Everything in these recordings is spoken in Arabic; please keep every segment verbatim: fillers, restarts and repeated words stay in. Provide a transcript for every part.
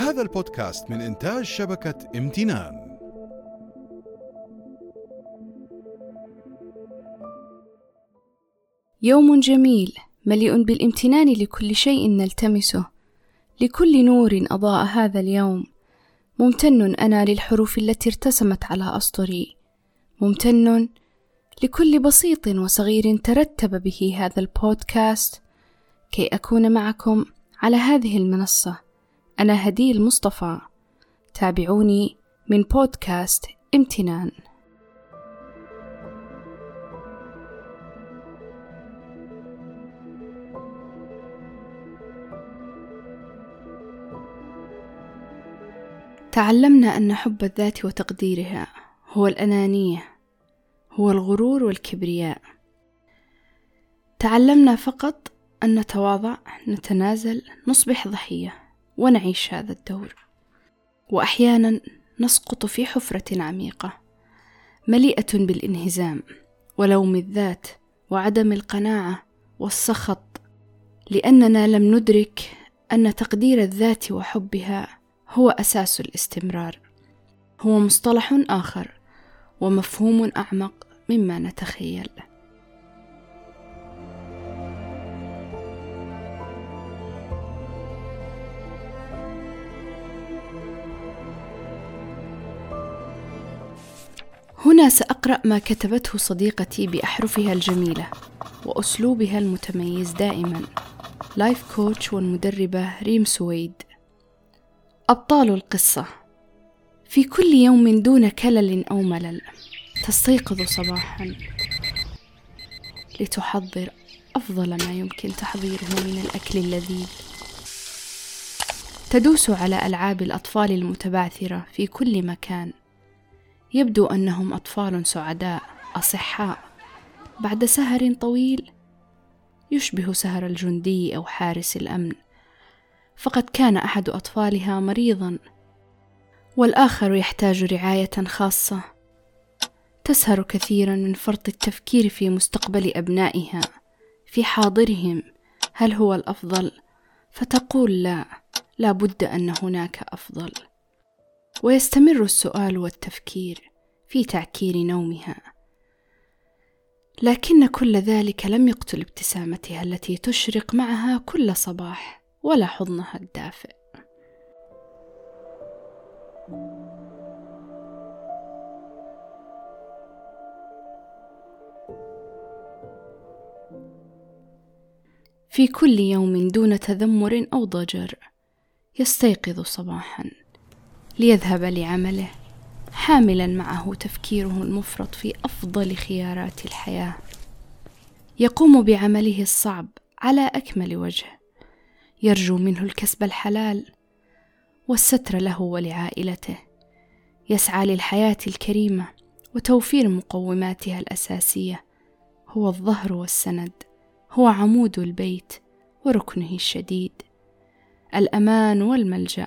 هذا البودكاست من إنتاج شبكة امتنان. يوم جميل مليء بالامتنان لكل شيء نلتمسه، لكل نور أضاء هذا اليوم. ممتن أنا للحروف التي ارتسمت على أسطري، ممتن لكل بسيط وصغير ترتب به هذا البودكاست كي أكون معكم على هذه المنصة. أنا هديل المصطفى، تابعوني من بودكاست امتنان. تعلمنا أن حب الذات وتقديرها هو الأنانية، هو الغرور والكبرياء. تعلمنا فقط أن نتواضع، نتنازل، نصبح ضحية ونعيش هذا الدور. وأحيانا نسقط في حفرة عميقة مليئة بالانهزام ولوم الذات وعدم القناعة والسخط، لأننا لم ندرك أن تقدير الذات وحبها هو أساس الاستمرار، هو مصطلح آخر ومفهوم أعمق مما نتخيل. هنا سأقرأ ما كتبته صديقتي بأحرفها الجميلة وأسلوبها المتميز دائما، لايف كوتش والمدربة ريم سويد. أبطال القصة: في كل يوم دون كلل أو ملل تستيقظ صباحا لتحضر أفضل ما يمكن تحضيره من الأكل اللذيذ. تدوس على ألعاب الأطفال المتبعثرة في كل مكان، يبدو أنهم أطفال سعداء أصحاء بعد سهر طويل يشبه سهر الجندي أو حارس الأمن، فقد كان أحد أطفالها مريضا والآخر يحتاج رعاية خاصة. تسهر كثيرا من فرط التفكير في مستقبل أبنائها، في حاضرهم هل هو الأفضل؟ فتقول لا، لا بد أن هناك أفضل. ويستمر السؤال والتفكير في تعكير نومها، لكن كل ذلك لم يقتل ابتسامتها التي تشرق معها كل صباح ولا حضنها الدافئ. في كل يوم دون تذمر أو ضجر يستيقظ صباحا ليذهب لعمله، حاملا معه تفكيره المفرط في أفضل خيارات الحياة. يقوم بعمله الصعب على أكمل وجه، يرجو منه الكسب الحلال والستر له ولعائلته، يسعى للحياة الكريمة وتوفير مقوماتها الأساسية. هو الظهر والسند، هو عمود البيت وركنه الشديد، الأمان والملجأ.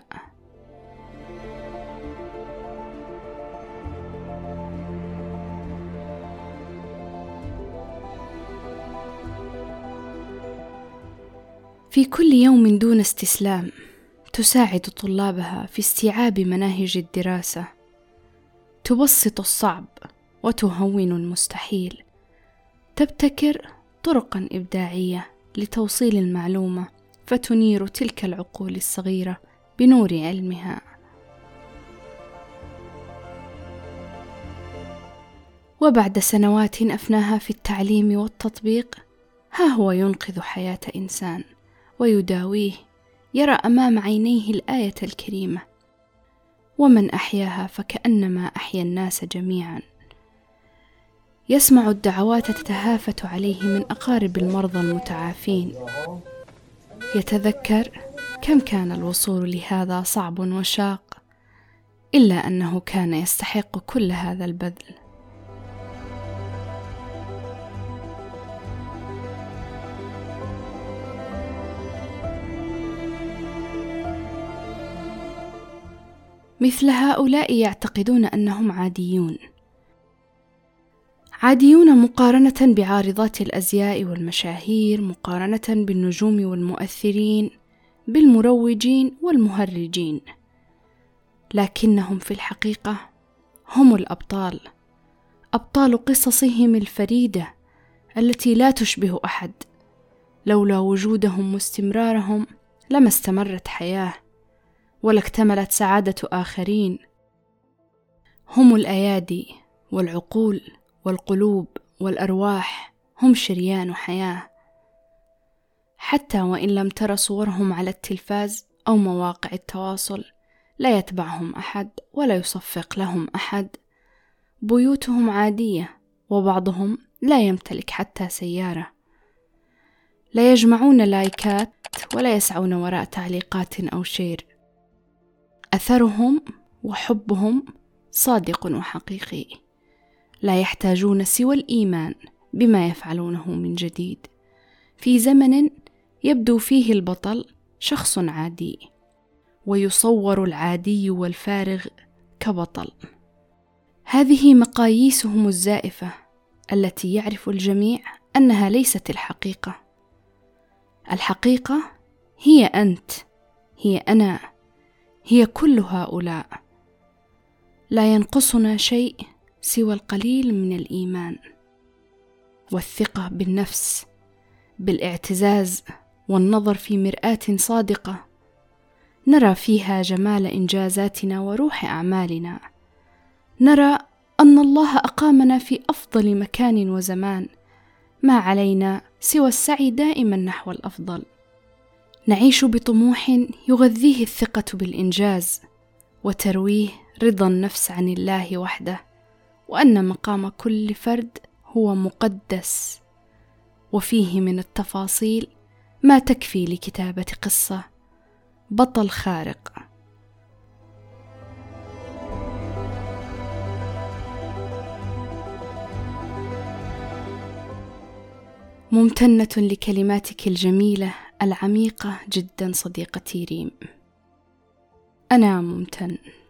في كل يوم دون استسلام تساعد طلابها في استيعاب مناهج الدراسة، تبسط الصعب وتهون المستحيل، تبتكر طرقا إبداعية لتوصيل المعلومة فتنير تلك العقول الصغيرة بنور علمها. وبعد سنوات أفناها في التعليم والتطبيق، ها هو ينقذ حياة إنسان ويداويه، يرى أمام عينيه الآية الكريمة: ومن أحياها فكأنما أحيا الناس جميعا. يسمع الدعوات تتهافت عليه من أقارب المرضى المتعافين، يتذكر كم كان الوصول لهذا صعب وشاق، إلا أنه كان يستحق كل هذا البذل. مثل هؤلاء يعتقدون أنهم عاديون، عاديون مقارنة بعارضات الأزياء والمشاهير، مقارنة بالنجوم والمؤثرين، بالمروجين والمهرجين، لكنهم في الحقيقة هم الأبطال، أبطال قصصهم الفريدة التي لا تشبه أحد. لولا وجودهم واستمرارهم لما استمرت حياة ولا اكتملت سعادة آخرين. هم الأيادي والعقول والقلوب والأرواح، هم شريان حياة. حتى وإن لم تر صورهم على التلفاز أو مواقع التواصل، لا يتبعهم أحد ولا يصفق لهم أحد. بيوتهم عادية، وبعضهم لا يمتلك حتى سيارة. لا يجمعون لايكات ولا يسعون وراء تعليقات أو شير. أثرهم وحبهم صادق وحقيقي، لا يحتاجون سوى الإيمان بما يفعلونه من جديد، في زمن يبدو فيه البطل شخص عادي، ويصور العادي والفارغ كبطل. هذه مقاييسهم الزائفة التي يعرف الجميع أنها ليست الحقيقة. الحقيقة هي أنت، هي أنا، هي كل هؤلاء. لا ينقصنا شيء سوى القليل من الإيمان والثقة بالنفس، بالاعتزاز والنظر في مرآة صادقة نرى فيها جمال إنجازاتنا وروح أعمالنا. نرى أن الله أقامنا في أفضل مكان وزمان، ما علينا سوى السعي دائما نحو الأفضل. نعيش بطموح يغذيه الثقة بالإنجاز، وترويه رضا النفس عن الله وحده، وأن مقام كل فرد هو مقدس، وفيه من التفاصيل ما تكفي لكتابة قصة بطل خارق. ممتنة لكلماتك الجميلة العميقة جدا صديقتي ريم. أنا ممتن.